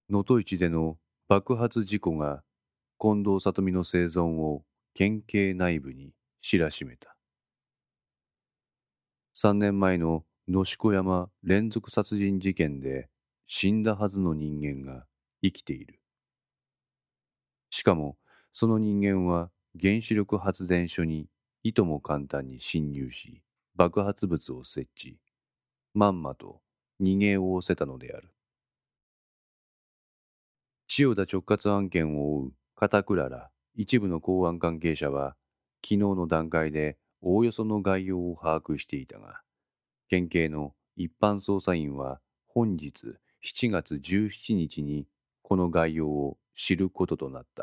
能登市での爆発事故が近藤里美の生存を県警内部に知らしめた。3年前の野子山連続殺人事件で死んだはずの人間が生きている。しかもその人間は原子力発電所にいとも簡単に侵入し爆発物を設置、まんまと逃げおおせたのである。千代田直轄案件を追う片倉ら一部の公安関係者は昨日の段階でおおよその概要を把握していたが、県警の一般捜査員は本日7月17日にこの概要を知ることとなった。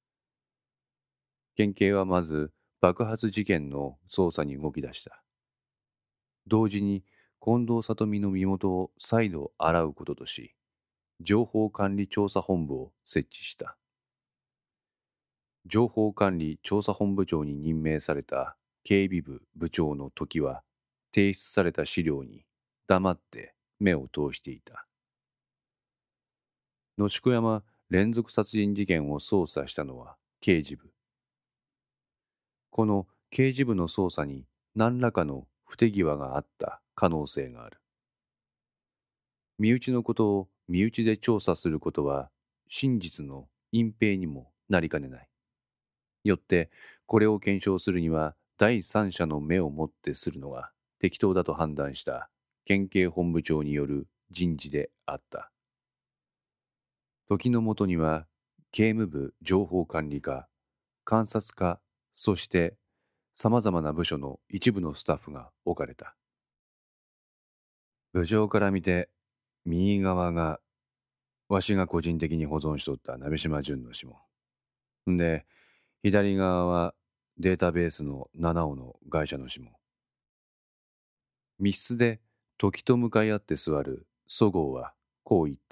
県警はまず爆発事件の捜査に動き出した。同時に近藤里美の身元を再度洗うこととし、情報管理調査本部を設置した。情報管理調査本部長に任命された警備部部長の時は、提出された資料に黙って目を通していた。野宿山連続殺人事件を捜査したのは刑事部。この刑事部の捜査に何らかの不手際があった可能性がある。身内のことを身内で調査することは真実の隠蔽にもなりかねない。よってこれを検証するには第三者の目をもってするのが適当だと判断した県警本部長による人事であった。時のもとには警務部情報管理課、監察課、そしてさまざまな部署の一部のスタッフが置かれた。部長から見て右側がわしが個人的に保存しとった鍋島淳の指紋。んで、左側はデータベースの七尾の会社の指紋。密室で時と向かい合って座る十郷はこう言った。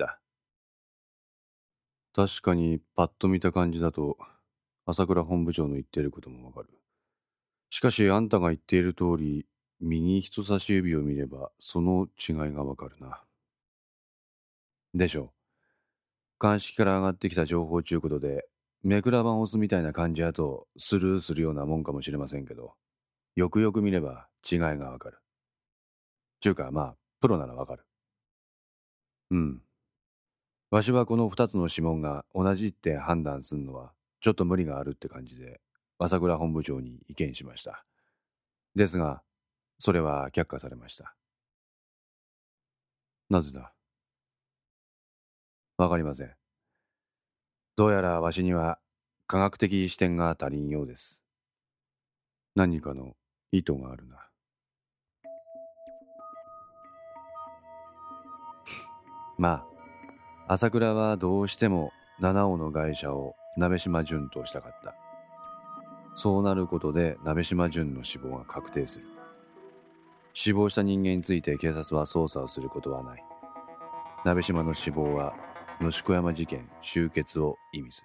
確かにパッと見た感じだと朝倉本部長の言っていることもわかる。しかしあんたが言っている通り、右人差し指を見ればその違いがわかるな。でしょう。鑑識から上がってきた情報ちゅうことで、目くらばん押すみたいな感じやとスルーするようなもんかもしれませんけど、よくよく見れば違いがわかる。ちゅうかまあ、プロならわかる。うん。わしはこの二つの指紋が同じって判断すんのはちょっと無理があるって感じで、朝倉本部長に意見しました。ですが、それは却下されました。なぜだ？わかりません。どうやらわしには科学的視点が足りんようです。何かの意図があるな。まあ、朝倉はどうしても七尾の会社を鍋島淳としたかった。そうなることで鍋島淳の死亡が確定する。死亡した人間について警察は捜査をすることはない。鍋島の死亡は野宿山事件終結を意味する。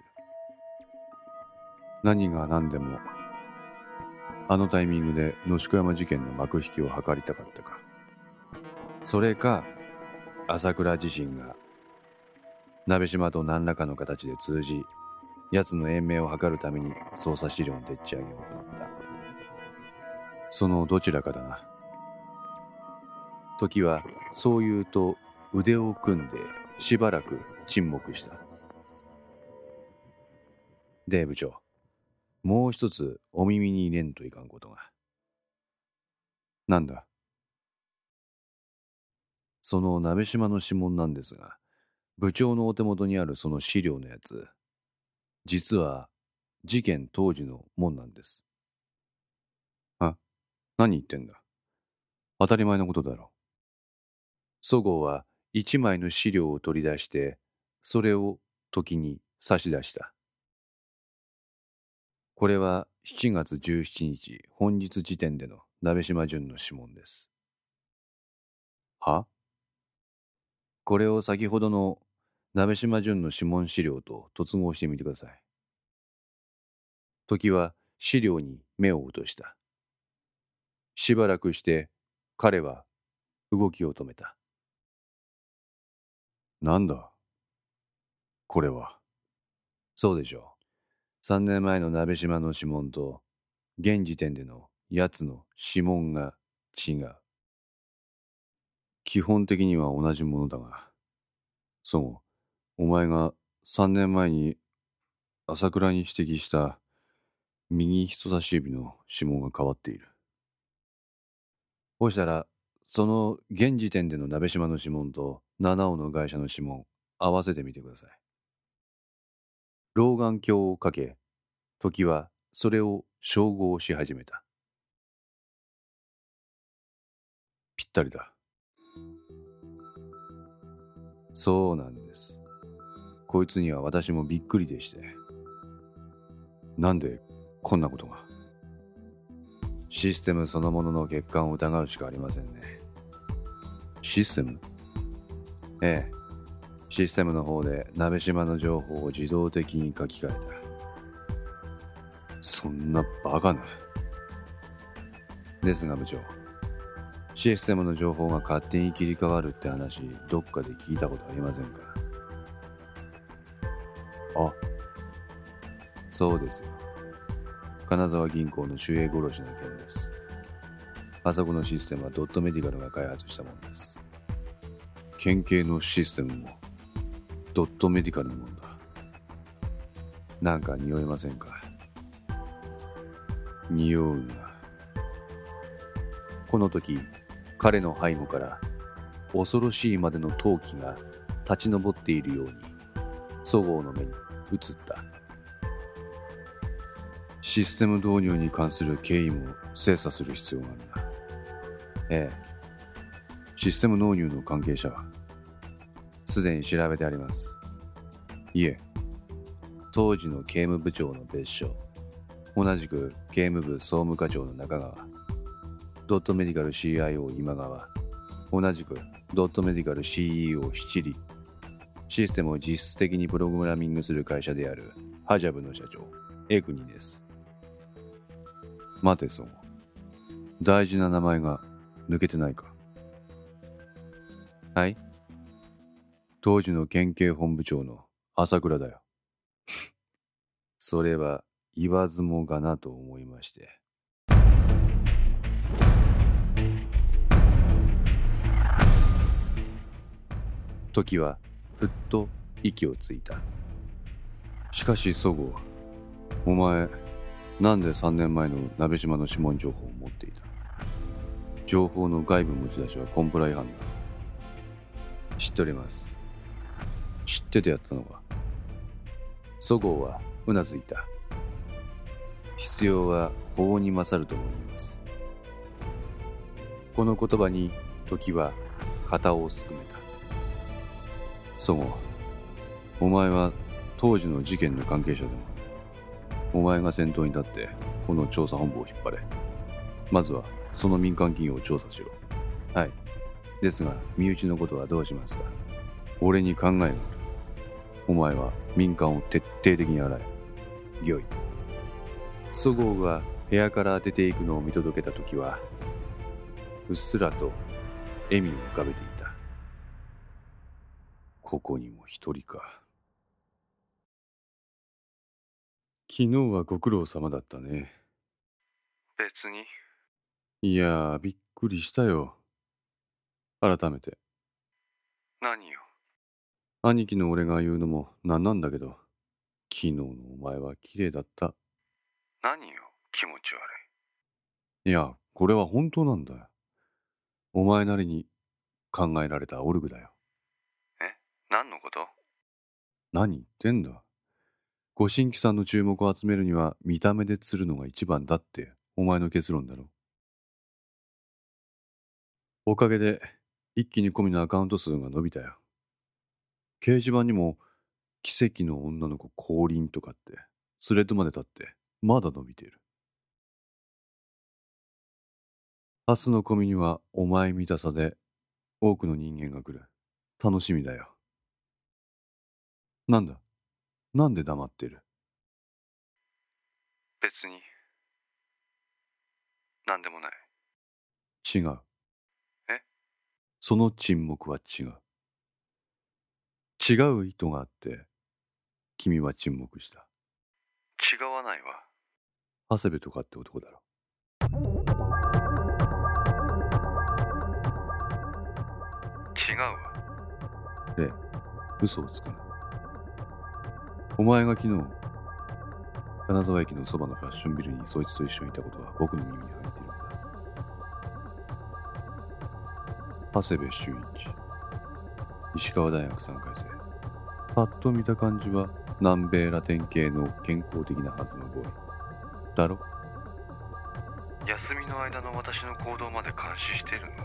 何が何でもあのタイミングで野宿山事件の幕引きを図りたかったか。それか朝倉自身が鍋島と何らかの形で通じ、奴の延命を図るために捜査資料のでっち上げを行った。そのどちらかだな。時はそう言うと腕を組んでしばらく沈黙した。で、部長、もう一つお耳に入れんといかんことが。なんだ？その鍋島の指紋なんですが、部長のお手元にあるその資料のやつ、実は事件当時のもんなんです。あ、何言ってんだ。当たり前のことだろ。十郷は一枚の資料を取り出して、それを時に差し出した。これは7月17日、本日時点での鍋島淳の指紋です。は？これを先ほどの鍋島淳の指紋資料と突合してみてください。時は資料に目を落とした。しばらくして彼は動きを止めた。なんだ？ これは。そうでしょう。3年前の鍋島の指紋と、現時点での奴の指紋が違う。基本的には同じものだが、そう、お前が3年前に朝倉に指摘した右人差し指の指紋が変わっている。こうしたら、その現時点での鍋島の指紋と七尾の会社の指紋、合わせてみてください。老眼鏡をかけ、時はそれを照合し始めた。ぴったりだ。そうなんです。こいつには私もびっくりでして。なんでこんなことが。システムそのものの欠陥を疑うしかありませんね。システム？ええ。システムの方で鍋島の情報を自動的に書き換えた。そんなバカな。ですが部長、システムの情報が勝手に切り替わるって話、どっかで聞いたことありませんか？あ、そうですよ。金沢銀行の守衛殺しの件です。あそこのシステムはドットメディカルが開発したものです。県警のシステムもドットメディカルのものだ。なんか匂いませんか？匂うな。この時、彼の背後から恐ろしいまでの陶器が立ち上っているようにそごうの目に映った。システム導入に関する経緯も精査する必要があるな。ええ。システム納入の関係者はすでに調べてあります。いえ、当時の警務部長の別所、同じく警務部総務課長の中川、ドットメディカル CIO 今川、同じくドットメディカル CEO 七里、システムを実質的にプログラミングする会社であるハジャブの社長、エクニです。待てそう。大事な名前が抜けてないか？はい？当時の県警本部長の朝倉だよ。それは言わずもがなと思いまして。時はふっと息をついた。しかしそごう、お前なんで3年前の鍋島の指紋情報を持っていた？情報の外部持ち出しはコンプラ違反だ。知っております。知っててやったのか？そごうはうなずいた。必要は法に勝るとも言います。この言葉に時は肩をすくめた。そごう、お前は当時の事件の関係者でもある。お前が先頭に立ってこの調査本部を引っ張れ。まずはその民間企業を調査しろ。はい。ですが身内のことはどうしますか？俺に考えがある。お前は民間を徹底的に洗え。御意。そごうが部屋から出ていくのを見届けた時はうっすらと笑みを浮かべていた。ここにも一人か。昨日はご苦労様だったね。別に。いやー、びっくりしたよ。改めて。何よ。兄貴の俺が言うのもなんなんだけど、昨日のお前は綺麗だった。何よ、気持ち悪い。いや、これは本当なんだよ。お前なりに考えられたオルグだよ。え？何のこと？何言ってんだ。ご新規さんの注目を集めるには見た目で釣るのが一番だってお前の結論だろ。おかげで一気に込みのアカウント数が伸びたよ。掲示板にも奇跡の女の子降臨とかってスレッドまで立ってまだ伸びている。明日の込みにはお前見たさで多くの人間が来る。楽しみだよ。なんだ、なんで黙ってる？別になんでもない。違う。え？その沈黙は違う。違う意図があって君は沈黙した。 違わないわ。 長谷部とかって男だろ。 違うわ。 レイ、嘘をつくな。お前が昨日金沢駅のそばのファッションビルにそいつと一緒にいたことは僕の耳に入っているんだ。長谷部修一、石川大学3回生。パッと見た感じは南米ラテン系の健康的なはずのボーイだろ。 休みの間の私の行動まで監視してるの？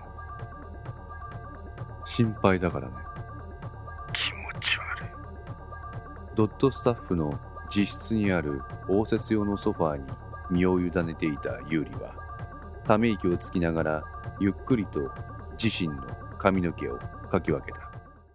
心配だからね。 気持ち悪い。 ドットスタッフの自室にある応接用のソファーに身を委ねていたユーリは、ため息をつきながらゆっくりと自身の髪の毛をかき分けた。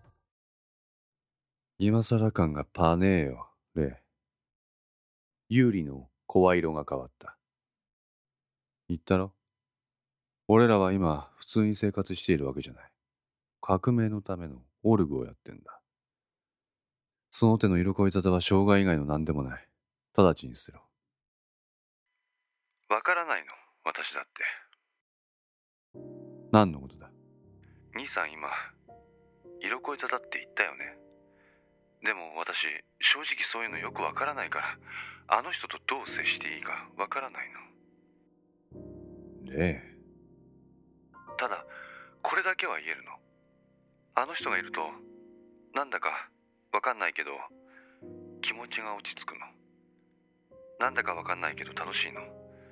今更感がパネーよ、レイ。ユーリの声色が変わった。言ったろ？俺らは今普通に生活しているわけじゃない。革命のためのオルグをやってんだ。その手の色恋沙汰は障害以外の何でもない。直ちに捨てろ。 わからないの、私だって。 何のことだ？ 兄さん今、色恋沙汰って言ったよね。でも私、正直そういうのよくわからないから、あの人とどう接していいかわからないの。 レイ。 ただ、これだけは言えるの。あの人がいると、なんだかわかんないけど、気持ちが落ち着くの。なんだかわかんないけど楽しいの。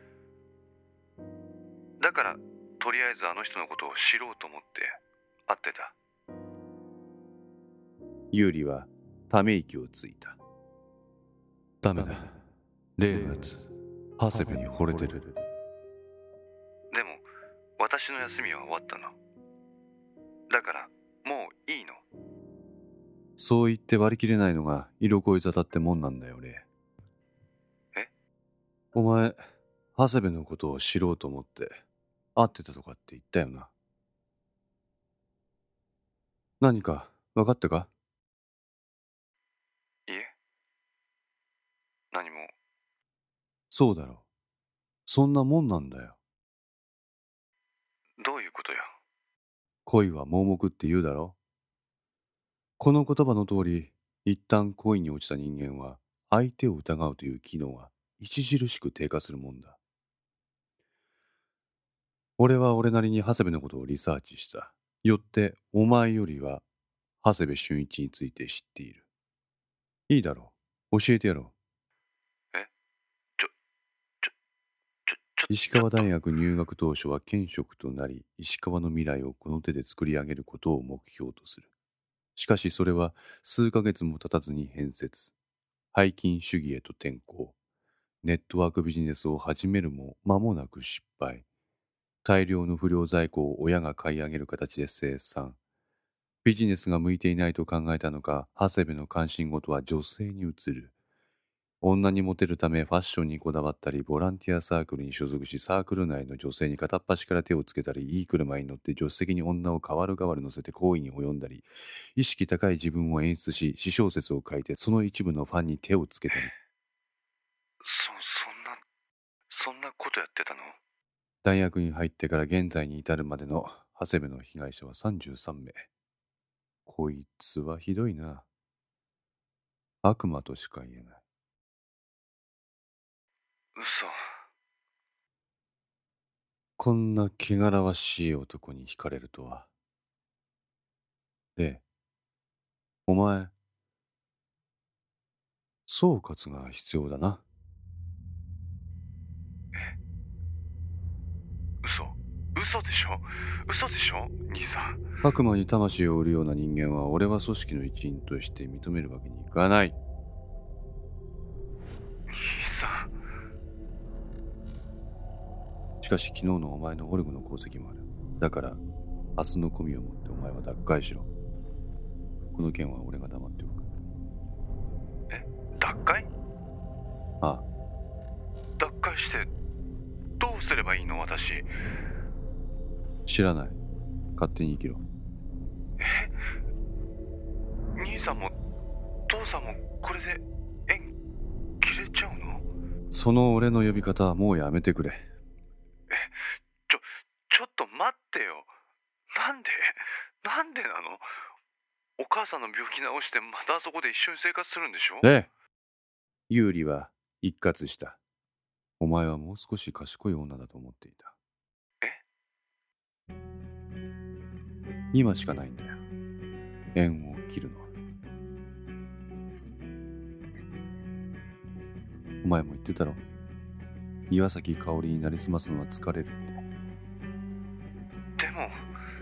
だから、とりあえずあの人のことを知ろうと思って会ってた。 ユーリはため息をついた。ダメだ。例のやつ、長谷部に惚れてる。 でも、私の休みは終わったの。だから、もういいの。 そう言って割り切れないのが色恋沙汰ってもんなんだよ、レイ。 え？ お前、長谷部のことを知ろうと思って会ってたとかって言ったよな。何か分かったか？ いえ。何も。 そうだろう。そんなもんなんだよ。 どういうことよ。 恋は盲目って言うだろ。この言葉の通り、一旦恋に落ちた人間は相手を疑うという機能が著しく低下するもんだ。俺は俺なりに長谷部のことをリサーチした。よってお前よりは長谷部俊一について知っている。いいだろう。教えてやろう。 え？ 石川大学入学当初は県職となり、石川の未来をこの手で作り上げることを目標とする。しかしそれは数ヶ月も経たずに変節。背金主義へと転向。ネットワークビジネスを始めるも間もなく失敗。大量の不良在庫を親が買い上げる形で清算。ビジネスが向いていないと考えたのか、長谷部の関心事は女性に移る。女にモテるためファッションにこだわったり、ボランティアサークルに所属し、サークル内の女性に片っ端から手をつけたり、いい車に乗って助手席に女を代わる代わる乗せて行為に及んだり、意識高い自分を演出し、私小説を書いてその一部のファンに手をつけたり。 そんなことやってたの？ 大学に入ってから現在に至るまでの長谷部の被害者は33名。こいつはひどいな。悪魔としか言えない。 嘘。 こんな汚らわしい男に惹かれるとは。で、お前、総括が必要だな。 嘘でしょ？嘘でしょ？兄さん。 悪魔に魂を売るような人間は俺は組織の一員として認めるわけにいかない。 兄さん。 しかし昨日のお前のオルグの功績もある。だから明日の込みを持ってお前は脱会しろ。この件は俺が黙っておく。 え？脱会？ ああ。 脱会してどうすればいいの？私。 知らない。勝手に生きろ。 兄さんも父さんもこれで縁切れちゃうの？ その俺の呼び方はもうやめてくれ。 ちょっと待ってよ。なんでなの？お母さんの病気治してまたあそこで一緒に生活するんでしょ？ ええ。ユーリは一喝した。お前はもう少し賢い女だと思っていた。今しかないんだよ、縁を切るのは。お前も言ってたろ、岩崎香織になりすますのは疲れるって。 でも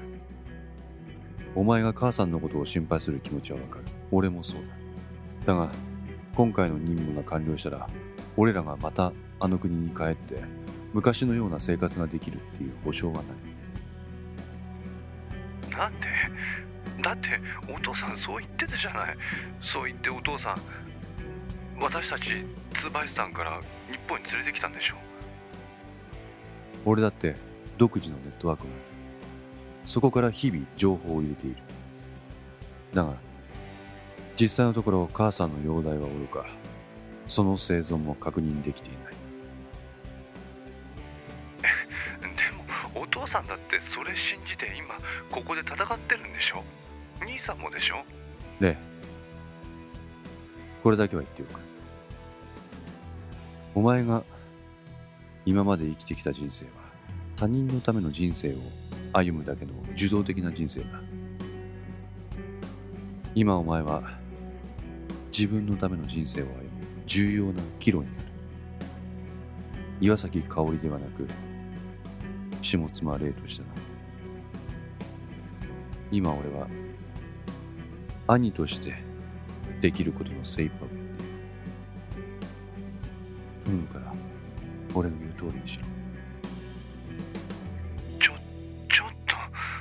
お前が母さんのことを心配する気持ちはわかる。俺もそうだ。だが今回の任務が完了したら、俺らがまたあの国に帰って昔のような生活ができるっていう保証はない。 なんで？だってお父さんそう言ってたじゃない。そう言ってお父さん私たち椿さんから日本に連れてきたんでしょ。 俺だって独自のネットワークがある。そこから日々情報を入れている。だが実際のところ母さんの容体はおろか、その生存も確認できていない。 でもお父さんだってそれ信じて今ここで戦ってるんでしょ。兄さんもでしょ。 で、これだけは言っておく。お前が今まで生きてきた人生は他人のための人生を歩むだけの受動的な人生だ。今お前は自分のための人生を歩む重要な岐路にある。岩崎香織ではなく下妻霊としてな。今俺は兄としてできることの精一杯をやっている。頼むから俺の言う通りにしろ。 ちょっと。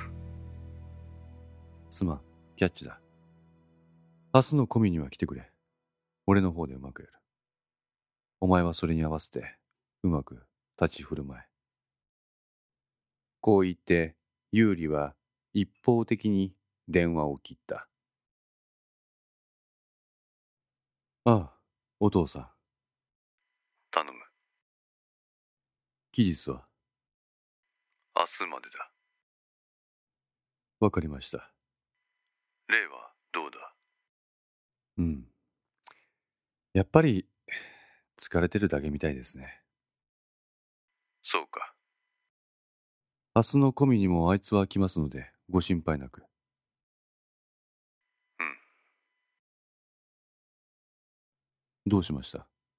すまん、キャッチだ。明日のコミには来てくれ。俺の方でうまくやる。お前はそれに合わせてうまく立ち振る舞え。こう言ってユーリは一方的に電話を切った。ああ、お父さん。 頼む。 期日は？ 明日までだ。 わかりました。 霊はどうだ？ うん。やっぱり疲れてるだけみたいですね。 そうか。 明日のコミにもあいつは来ますのでご心配なく。 うん。 どうしました？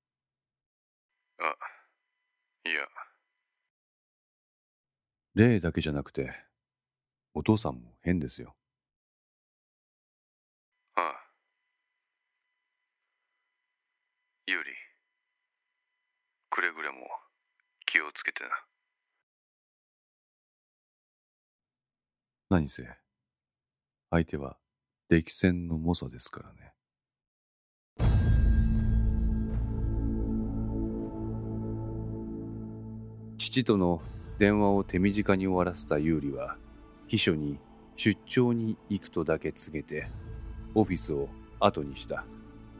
いや。 霊だけじゃなくてお父さんも変ですよ。 ああ。ユーリ、くれぐれも気をつけてな。 何せ相手は歴戦の猛者ですからね。父との電話を手短に終わらせたユーリは秘書に出張に行くとだけ告げてオフィスを後にした。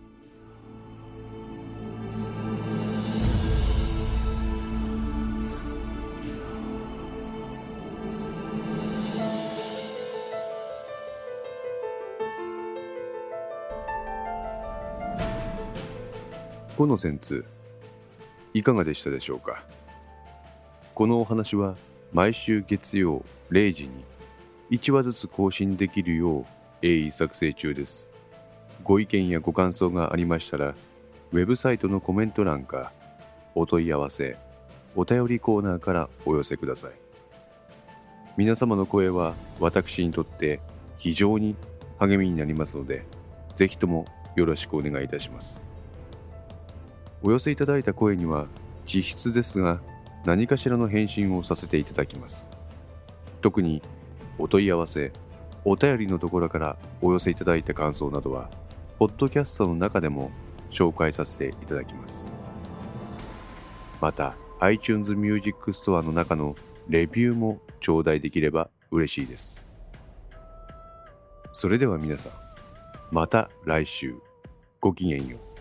この旋通いかがでしたでしょうか。このお話は毎週月曜0時に1話ずつ更新できるよう鋭意作成中です。ご意見やご感想がありましたらウェブサイトのコメント欄かお問い合わせお便りコーナーからお寄せください。皆様の声は私にとって非常に励みになりますので、ぜひともよろしくお願いいたします。お寄せいただいた声には実質ですが何かしらの返信をさせていただきます。特にお問い合わせお便りのところからお寄せいただいた感想などはポッドキャストの中でも紹介させていただきます。また iTunes Music Store の中のレビューも頂戴できれば嬉しいです。それでは皆さん、また来週ごきげんよう。